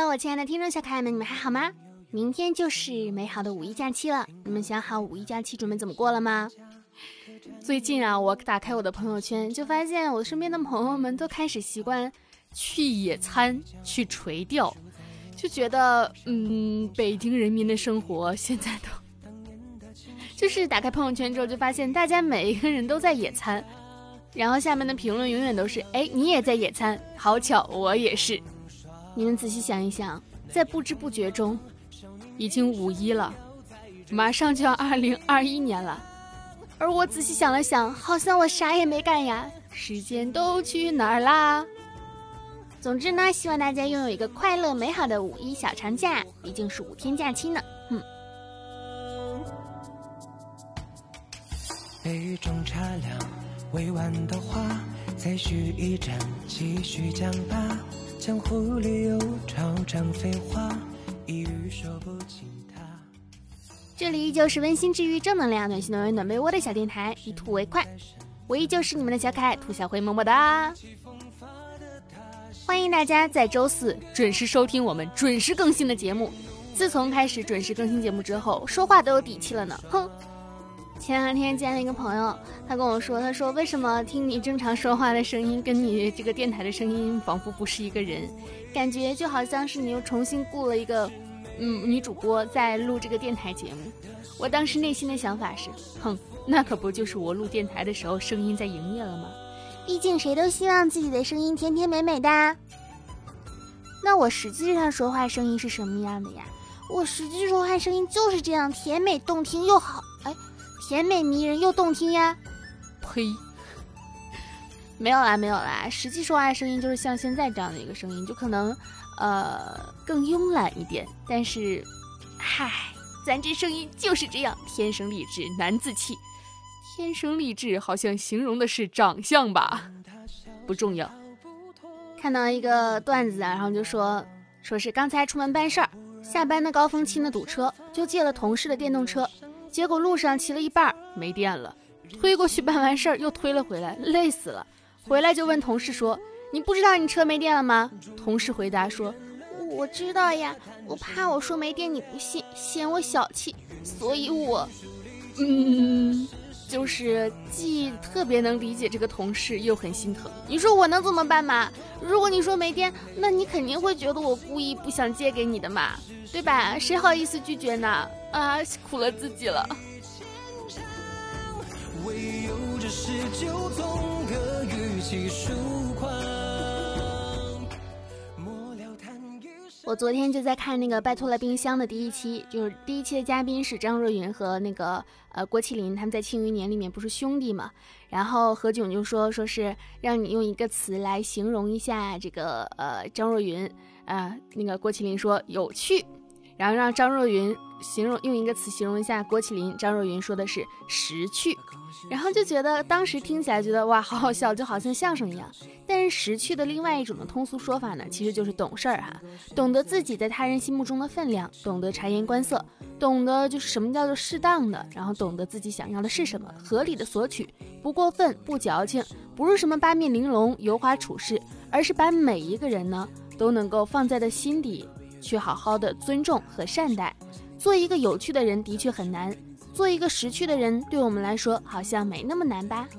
Hello， 我亲爱的听众小可爱们，你们还好吗？明天就是美好的五一假期了，你们想好五一假期准备怎么过了吗？最近啊，我打开我的朋友圈，就发现我身边的朋友们都开始习惯去野餐、去垂钓，就觉得北京人民的生活现在都就是打开朋友圈之后，就发现大家每一个人都在野餐，然后下面的评论永远都是你也在野餐，好巧我也是。你们仔细想一想，在不知不觉中已经5·1了，马上就要2021年了，而我仔细想了想，好像我啥也没干呀，时间都去哪儿啦？总之呢，希望大家拥有一个快乐美好的五一小长假，毕竟是5天假期呢。 杯中茶凉，未完的话，再续一盏，继续讲吧。江湖里有潮涨飞花，一语说不尽它。 这里依旧是温馨治愈正能量暖心暖胃暖被窝的小电台，一吐为快，我依旧是你们的小可爱兔小慧，么么哒。欢迎大家在周4准时收听我们准时更新的节目。自从开始准时更新节目之后，说话都有底气了呢。前2天见了一个朋友，他跟我说，他说为什么听你正常说话的声音跟你这个电台的声音仿佛不是一个人，感觉就好像是你又重新雇了一个女主播在录这个电台节目。我当时内心的想法是，那可不就是我录电台的时候声音在营业了吗？毕竟谁都希望自己的声音甜甜美美的。那我实际上说话声音是什么样的呀？我实际说话声音就是这样，甜美动听又好，甜美迷人又动听呀。呸，没有啦，实际说话声音就是像现在这样的一个声音，就可能更慵懒一点，但是咱这声音就是这样，天生丽质难自弃。天生丽质好像形容的是长相吧，不重要。看到一个段子然后就说是刚才出门办事儿，下班的高峰期呢堵车，就借了同事的电动车，结果路上骑了一半没电了，推过去办完事儿又推了回来，累死了。回来就问同事说，你不知道你车没电了吗？同事回答说，我知道呀，我怕我说没电你不信，嫌我小气，所以我就是既特别能理解这个同事，又很心疼。你说我能怎么办嘛？如果你说没电，那你肯定会觉得我故意不想借给你的嘛，对吧？谁好意思拒绝呢？苦了自己了。 唯有这事就从个语气疏狂。 我昨天就在看那个拜托了冰箱的第1期，就是第1期的嘉宾是张若昀和那个郭麒麟，他们在庆余年里面不是兄弟嘛，然后何炅就说是让你用一个词来形容一下这个张若昀那个郭麒麟说有趣，然后让张若昀用一个词形容一下郭麒麟，张若昀说的是识趣，然后就觉得当时听起来觉得哇好好笑，就好像相声一样。但是识趣的另外一种的通俗说法呢，其实就是懂事儿懂得自己在他人心目中的分量，懂得察言观色，懂得就是什么叫做适当的，然后懂得自己想要的是什么，合理的索取，不过分不矫情，不是什么八面玲珑油滑处事，而是把每一个人呢都能够放在的心底，去好好的尊重和善待。做一个有趣的人的确很难，做一个识趣的人对我们来说好像没那么难吧。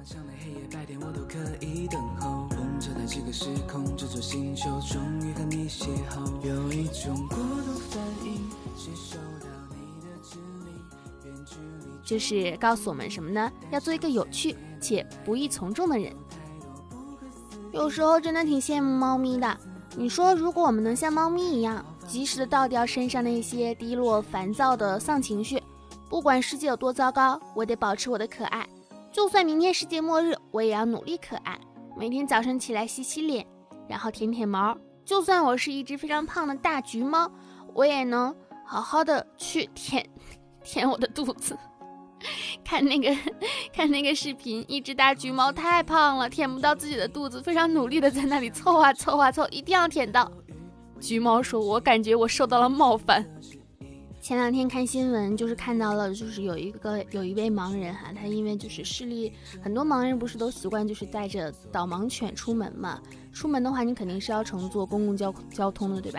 这个时空这座星球终于和你邂逅，有一种过度反应是受到你的指令，远距离就是告诉我们什么呢？要做一个有趣且不易从众的人。有时候真的挺羡慕猫咪的，你说如果我们能像猫咪一样及时的倒掉身上那些低落烦躁的丧情绪，不管世界有多糟糕，我得保持我的可爱，就算明天世界末日我也要努力可爱，每天早上起来洗洗脸，然后舔舔毛，就算我是一只非常胖的大橘猫，我也能好好的去舔我的肚子。看那个视频，一只大橘猫太胖了，舔不到自己的肚子，非常努力的在那里凑啊凑啊凑，一定要舔到。橘猫说，我感觉我受到了冒犯。前2天看新闻，就是看到了，就是有一位盲人他因为就是视力，很多盲人不是都习惯就是带着导盲犬出门嘛，出门的话你肯定是要乘坐公共交通的，对吧？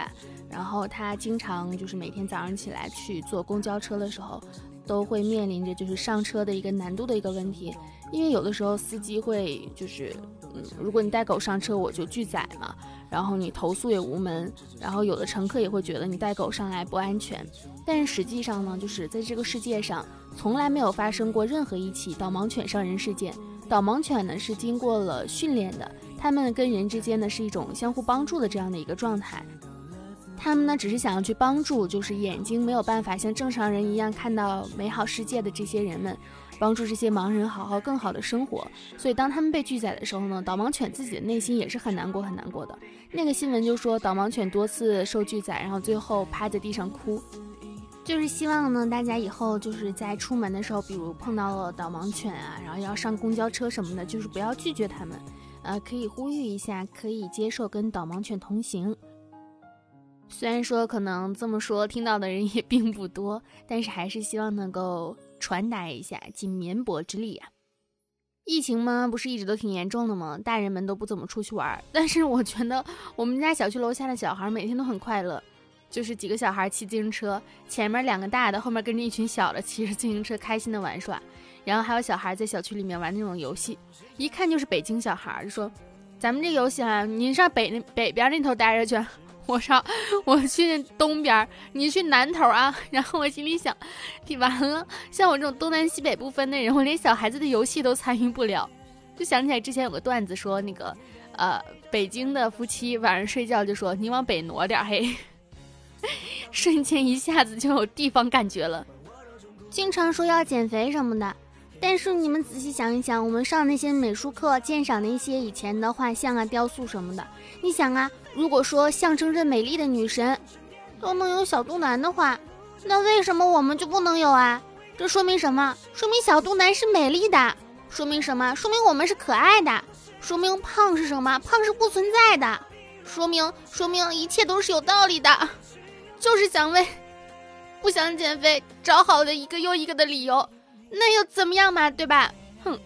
然后他经常就是每天早上起来去坐公交车的时候，都会面临着就是上车的一个难度的一个问题，因为有的时候司机会就是如果你带狗上车我就拒载嘛，然后你投诉也无门，然后有的乘客也会觉得你带狗上来不安全。但是实际上呢，就是在这个世界上从来没有发生过任何一起导盲犬伤人事件。导盲犬呢是经过了训练的，它们跟人之间呢是一种相互帮助的这样的一个状态。他们呢只是想要去帮助就是眼睛没有办法像正常人一样看到美好世界的这些人们，帮助这些盲人更好的生活。所以当他们被拒载的时候呢，导盲犬自己的内心也是很难过的。那个新闻就说导盲犬多次受拒载，然后最后趴在地上哭。就是希望呢大家以后就是在出门的时候，比如碰到了导盲犬啊，然后要上公交车什么的，就是不要拒绝他们，可以呼吁一下，可以接受跟导盲犬同行。虽然说可能这么说听到的人也并不多，但是还是希望能够传达一下，尽绵薄之力啊。疫情嘛，不是一直都挺严重的吗？大人们都不怎么出去玩，但是我觉得我们家小区楼下的小孩每天都很快乐，就是几个小孩骑自行车，前面2个大的，后面跟着一群小的骑着自行车开心的玩耍，然后还有小孩在小区里面玩那种游戏，一看就是北京小孩，就说咱们这游戏啊，你上北边那头待着去，我去东边，你去南头啊。然后我心里想，你完了，像我这种东南西北不分的人，我连小孩子的游戏都参与不了。就想起来之前有个段子说，那个北京的夫妻晚上睡觉就说你往北挪点嘿，瞬间一下子就有地方感觉了。经常说要减肥什么的，但是你们仔细想一想，我们上那些美术课鉴赏那些以前的画像啊、雕塑什么的，你想啊，如果说象征着美丽的女神都能有小肚腩的话，那为什么我们就不能有啊？这说明什么？说明小肚腩是美丽的。说明什么？说明我们是可爱的。说明胖是什么？胖是不存在的。说明一切都是有道理的。就是想为不想减肥找好的一个又一个的理由，那又怎么样嘛，对吧？哼。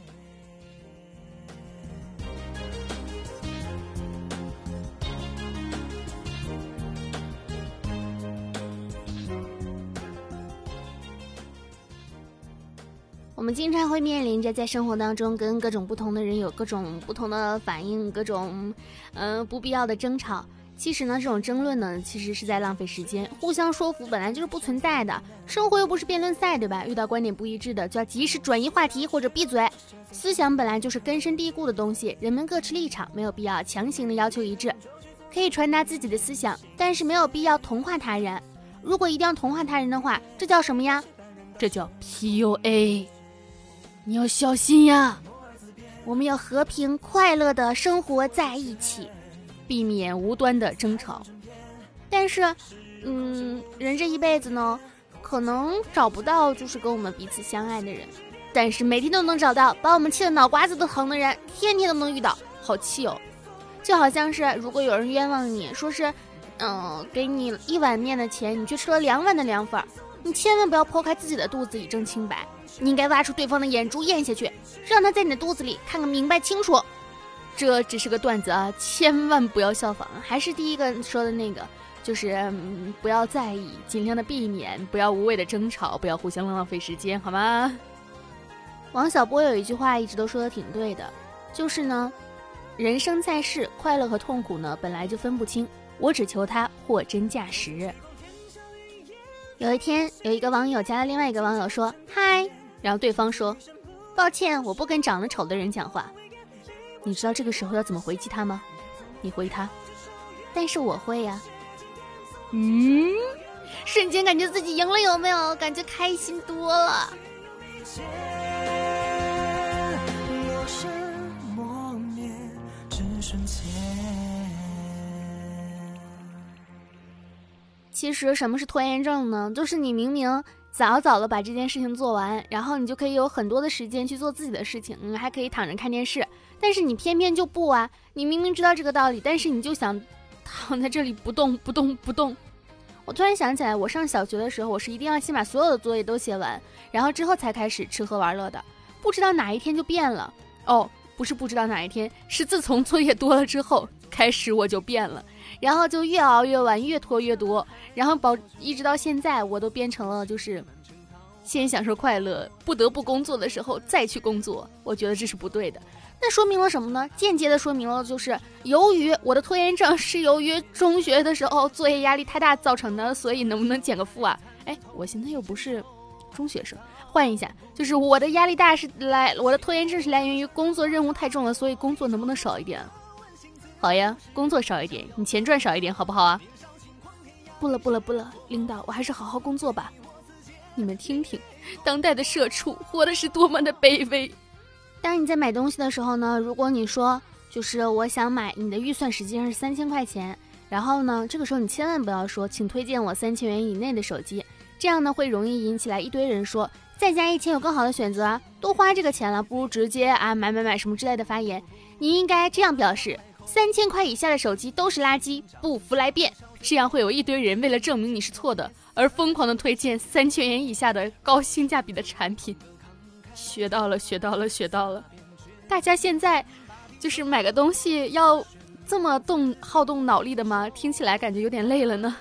我们经常会面临着在生活当中跟各种不同的人有各种不同的反应，各种不必要的争吵。其实呢，这种争论呢，其实是在浪费时间，互相说服本来就是不存在的。生活又不是辩论赛，对吧？遇到观点不一致的，就要及时转移话题或者闭嘴。思想本来就是根深蒂固的东西，人们各持立场，没有必要强行的要求一致。可以传达自己的思想，但是没有必要同化他人。如果一定要同化他人的话，这叫什么呀？这叫 PUA。你要小心呀！我们要和平快乐的生活在一起，避免无端的争吵。但是人这一辈子呢，可能找不到就是跟我们彼此相爱的人，但是每天都能找到把我们气得脑瓜子都疼的人，天天都能遇到，好气哦。就好像是如果有人冤枉你，说是给你1碗面的钱，你却吃了2碗的凉粉，你千万不要剖开自己的肚子以证清白，你应该挖出对方的眼珠咽下去，让他在你的肚子里看个明白清楚。这只是个段子啊，千万不要效仿。还是第一个说的那个，就是不要在意，尽量的避免，不要无谓的争吵，不要互相浪费时间，好吗？王小波有一句话一直都说的挺对的，就是呢，人生在世，快乐和痛苦呢本来就分不清，我只求他货真价实。有一天，有一个网友加了另外一个网友说嗨，然后对方说抱歉，我不跟长得丑的人讲话。你知道这个时候要怎么回击他吗？你回他，但是我会呀。瞬间感觉自己赢了，有没有？感觉开心多了。其实什么是拖延症呢？就是你明明早的把这件事情做完，然后你就可以有很多的时间去做自己的事情，还可以躺着看电视，但是你偏偏就不啊！你明明知道这个道理，但是你就想躺在这里不动。我突然想起来，我上小学的时候，我是一定要先把所有的作业都写完，然后之后才开始吃喝玩乐的。不知道哪一天就变了哦，不是不知道哪一天，是自从作业多了之后开始我就变了。 然后就越熬越晚，越拖越多，然后一直到现在，我都变成了就是先享受快乐，不得不工作的时候再去工作。我觉得这是不对的。那说明了什么呢？间接的说明了就是由于我的拖延症是由于中学的时候作业压力太大造成的，所以能不能减个负啊？哎，我现在又不是中学生，换一下，就是我的压力大我的拖延症是来源于工作任务太重了，所以工作能不能少一点？好呀，工作少一点，你钱赚少一点，好不好啊？不了，领导，我还是好好工作吧。你们听听，当代的社畜活的是多么的卑微。当你在买东西的时候呢，如果你说就是我想买，你的预算实际上是3000块钱，然后呢，这个时候你千万不要说请推荐我3000元以内的手机，这样呢会容易引起来一堆人说再加1000有更好的选择啊，都花这个钱了，不如直接买什么之类的发言。你应该这样表示：3000块以下的手机都是垃圾，不服来辩。这样会有一堆人为了证明你是错的，而疯狂的推荐3000元以下的高性价比的产品。学到了。大家现在就是买个东西要这么耗动脑力的吗？听起来感觉有点累了呢。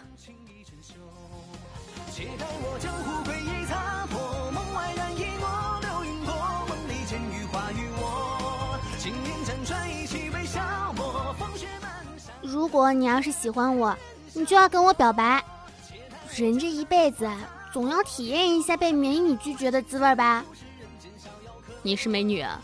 如果你要是喜欢我，你就要跟我表白。人这一辈子总要体验一下被美女拒绝的滋味吧。你是美女啊？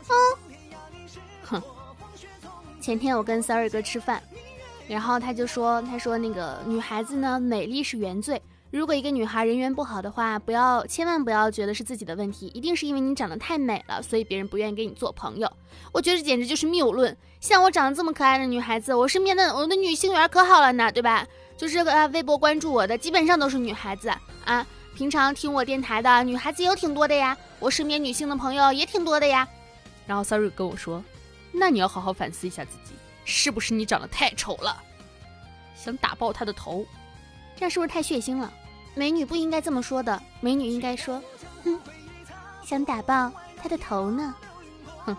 哼。前天我跟 Sorry 哥吃饭，然后他说那个女孩子呢，美丽是原罪。如果一个女孩人缘不好的话，千万不要觉得是自己的问题，一定是因为你长得太美了，所以别人不愿意跟你做朋友。我觉得这简直就是谬论。像我长得这么可爱的女孩子，我身边的我的女性缘可好了呢，对吧？就是微博关注我的基本上都是女孩子啊，平常听我电台的女孩子有挺多的呀，我身边女性的朋友也挺多的呀。然后 Sorry 跟我说，那你要好好反思一下自己，是不是你长得太丑了，想打爆她的头？这样是不是太血腥了？美女不应该这么说的，美女应该说，想打爆她的头呢。哼。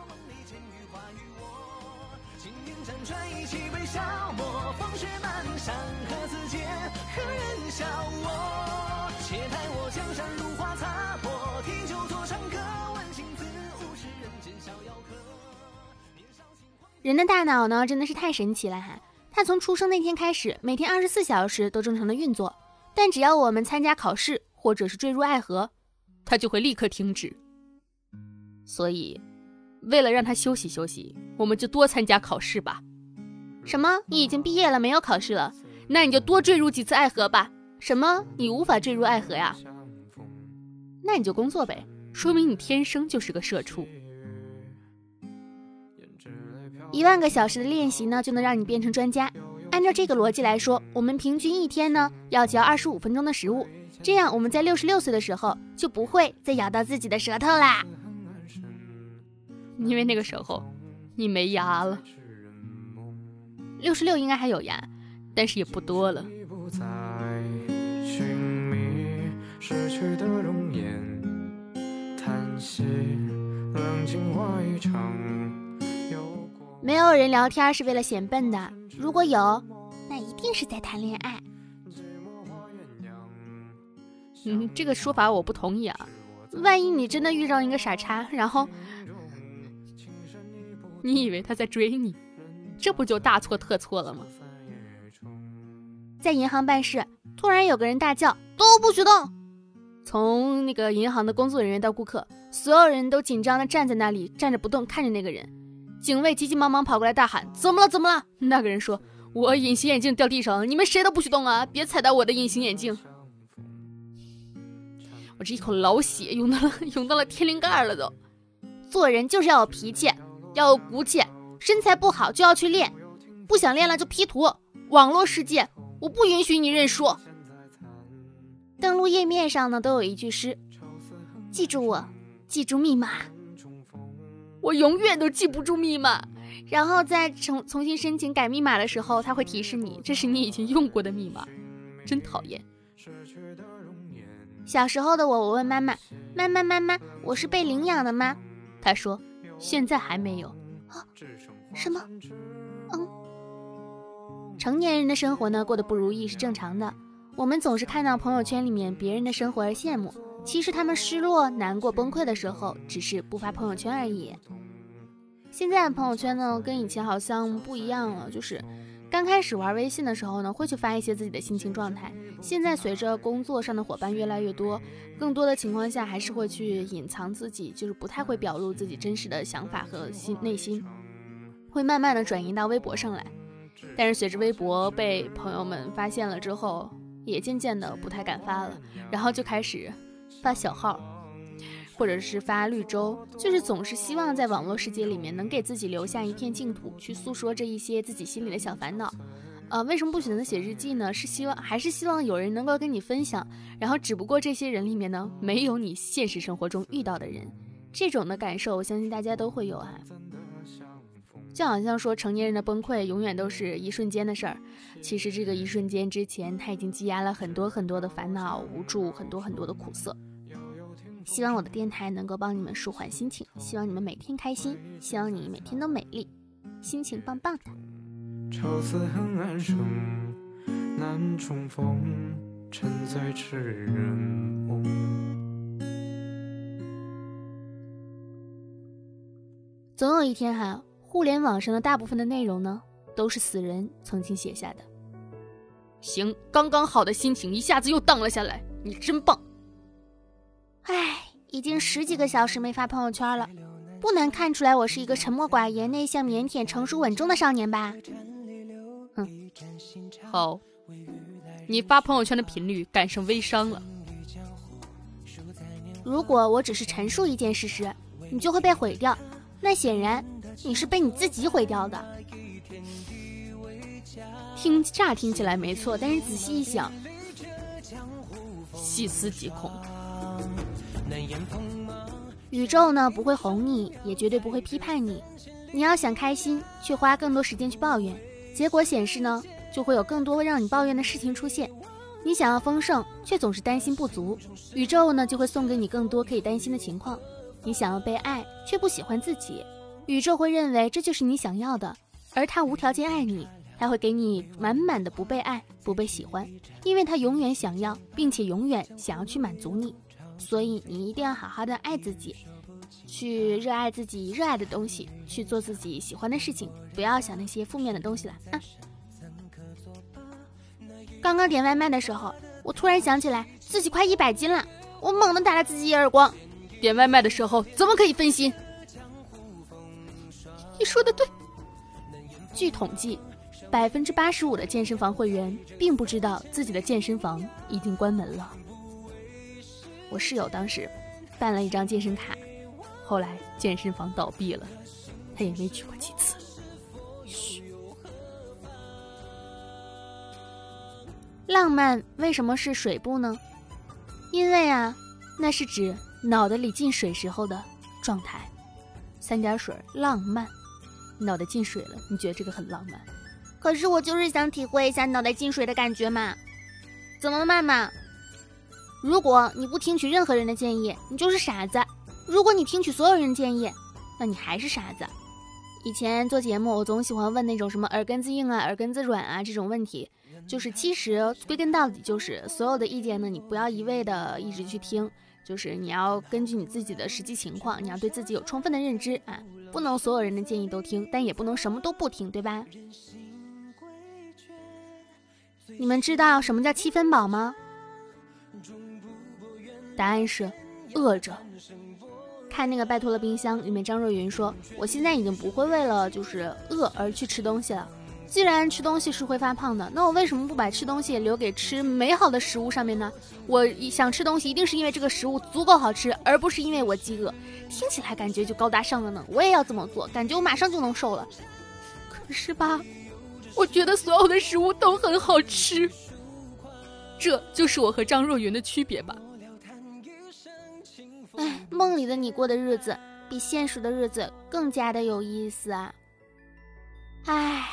人的大脑呢，真的是太神奇了哈！它从出生那天开始，每天24小时都正常的运作，但只要我们参加考试或者是坠入爱河，它就会立刻停止。所以，为了让它休息休息，我们就多参加考试吧。什么？你已经毕业了，没有考试了？那你就多坠入几次爱河吧。什么？你无法坠入爱河呀？那你就工作呗，说明你天生就是个社畜。10000个小时的练习呢，就能让你变成专家。按照这个逻辑来说，我们平均一天呢要嚼25分钟的食物，这样我们在66岁的时候就不会再咬到自己的舌头啦。因为那个时候你没牙了。66应该还有牙，但是也不多了。失去的容颜，叹息，冷静话一场。没有人聊天是为了显笨的，如果有，那一定是在谈恋爱。这个说法我不同意啊。万一你真的遇上一个傻叉，然后你以为他在追你，这不就大错特错了吗？在银行办事，突然有个人大叫，都不许动。从那个银行的工作人员到顾客，所有人都紧张的站在那里，站着不动，看着那个人。警卫急急忙忙跑过来大喊，怎么了？那个人说，我隐形眼镜掉地上了，你们谁都不许动啊，别踩到我的隐形眼镜。我这一口老血涌到了天灵盖了都。做人就是要有脾气，要有骨气，身材不好就要去练，不想练了就 P 图。网络世界，我不允许你认输。登录页面上呢都有一句诗，记住我，记住密码。我永远都记不住密码，然后在重新申请改密码的时候，他会提示你这是你已经用过的密码，真讨厌。小时候的我问妈妈，我是被领养的吗？她说现在还没有。什么？ 成年人的生活呢，过得不如意是正常的。我们总是看到朋友圈里面别人的生活而羡慕，其实他们失落、难过、崩溃的时候，只是不发朋友圈而已。现在的朋友圈呢，跟以前好像不一样了，就是刚开始玩微信的时候呢，会去发一些自己的心情状态。现在随着工作上的伙伴越来越多，更多的情况下还是会去隐藏自己，就是不太会表露自己真实的想法和内心，会慢慢的转移到微博上来。但是随着微博被朋友们发现了之后，也渐渐的不太敢发了，然后就开始发小号，或者是发绿洲，就是总是希望在网络世界里面能给自己留下一片净土，去诉说这一些自己心里的小烦恼。为什么不选择写日记呢？还是希望有人能够跟你分享，然后只不过这些人里面呢，没有你现实生活中遇到的人，这种的感受我相信大家都会有啊。就好像说成年人的崩溃永远都是一瞬间的事儿，其实这个一瞬间之前他已经积压了很多很多的烦恼、无助，很多很多的苦涩。希望我的电台能够帮你们舒缓心情，希望你们每天开心，希望你每天都美丽，心情棒棒的。 愁似恨暗生，难重逢，沉醉痴人梦。 总有一天哈，互联网上的大部分的内容呢，都是死人曾经写下的。行，刚刚好的心情一下子又荡了下来，你真棒。已经10几个小时没发朋友圈了，不难看出来我是一个沉默寡言、内向腼腆、成熟稳重的少年吧？好，你发朋友圈的频率赶上微商了。如果我只是陈述一件事实，你就会被毁掉，那显然你是被你自己毁掉的。乍听起来没错，但是仔细一想，细思极恐。宇宙呢，不会哄你，也绝对不会批判你。你要想开心，却花更多时间去抱怨，结果显示呢，就会有更多让你抱怨的事情出现。你想要丰盛，却总是担心不足，宇宙呢就会送给你更多可以担心的情况。你想要被爱，却不喜欢自己，宇宙会认为这就是你想要的，而他无条件爱你，他会给你满满的不被爱、不被喜欢，因为他永远想要，并且永远想要去满足你。所以你一定要好好的爱自己，去热爱自己热爱的东西，去做自己喜欢的事情，不要想那些负面的东西了啊。刚刚点外卖的时候，我突然想起来自己快100斤了，我猛地打了自己一耳光。点外卖的时候怎么可以分心？你说的对。据统计，85%的健身房会员并不知道自己的健身房已经关门了。我室友当时办了一张健身卡，后来健身房倒闭了，他也没去过几次。嘘。浪漫为什么是水部呢？因为啊，那是指脑袋里进水时候的状态。3点水，浪漫。脑袋进水了，你觉得这个很浪漫？可是我就是想体会一下脑袋进水的感觉嘛。怎么了，妈妈？如果你不听取任何人的建议，你就是傻子；如果你听取所有人建议，那你还是傻子。以前做节目，我总喜欢问那种什么耳根子硬啊、耳根子软啊这种问题，就是其实归根到底就是所有的意见呢，你不要一味的一直去听，就是你要根据你自己的实际情况，你要对自己有充分的认知啊，不能所有人的建议都听，但也不能什么都不听，对吧？你们知道什么叫7分饱吗？答案是饿着。看那个拜托了冰箱里面，张若昀说，我现在已经不会为了就是饿而去吃东西了。既然吃东西是会发胖的，那我为什么不把吃东西留给吃美好的食物上面呢？我想吃东西一定是因为这个食物足够好吃，而不是因为我饥饿。听起来感觉就高大上了呢，我也要这么做，感觉我马上就能瘦了。可是吧，我觉得所有的食物都很好吃，这就是我和张若昀的区别吧。哎，梦里的你过的日子比现实的日子更加的有意思啊！哎，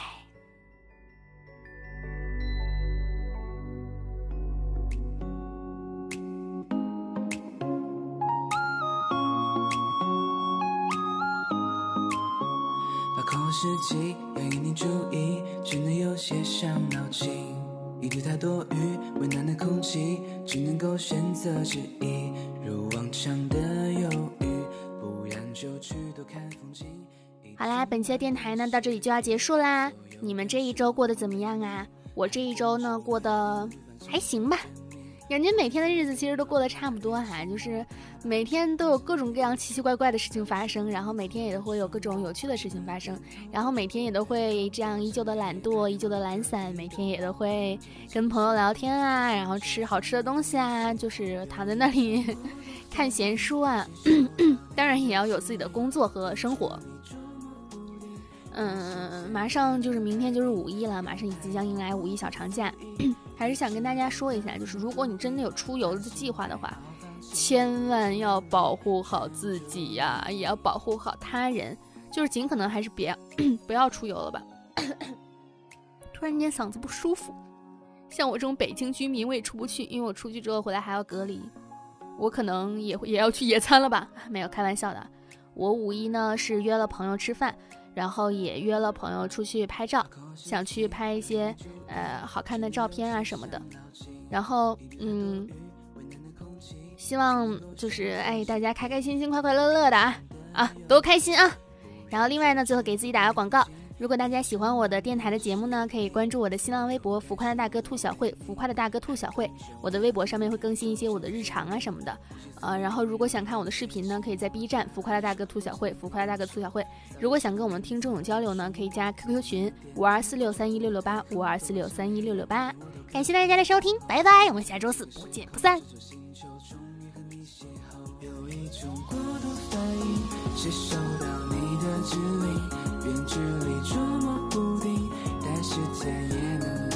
把故事记回应你注意，只能有些伤脑筋。一度太多余，为难的空气，只能够选择之一，如往常的犹豫，不然就去多看风景。 好啦，本期的电台呢到这里就要结束啦。你们这一周过得怎么样啊？我这一周呢过得还行吧，感觉每天的日子其实都过得差不多哈，就是每天都有各种各样奇奇怪怪的事情发生，然后每天也都会有各种有趣的事情发生，然后每天也都会这样依旧的懒惰，依旧的懒散，每天也都会跟朋友聊天啊，然后吃好吃的东西啊，就是躺在那里看闲书啊当然也要有自己的工作和生活。马上就是明天就是5·1了，马上即将迎来5·1小长假还是想跟大家说一下，就是如果你真的有出游的计划的话，千万要保护好自己呀，也要保护好他人，就是尽可能还是不要出游了吧突然间嗓子不舒服，像我这种北京居民我也出不去，因为我出去之后回来还要隔离，我可能也要去野餐了吧，没有开玩笑的。我5·1呢是约了朋友吃饭，然后也约了朋友出去拍照，想去拍一些好看的照片啊什么的，然后希望就是大家开开心心快快乐乐的啊都开心啊。然后另外呢，最后给自己打个广告，如果大家喜欢我的电台的节目呢，可以关注我的新浪微博浮夸的大哥兔小慧，浮夸的大哥兔小慧，我的微博上面会更新一些我的日常啊什么的然后如果想看我的视频呢，可以在 B 站浮夸的大哥兔小慧，浮夸的大哥兔小慧。如果想跟我们听众有交流呢，可以加 QQ 群5246316685 5246316668。感谢大家的收听，拜拜，我们下周4不见不散。 有一种过度反应，是收到你的指令，远距离捉摸不定，但时间也能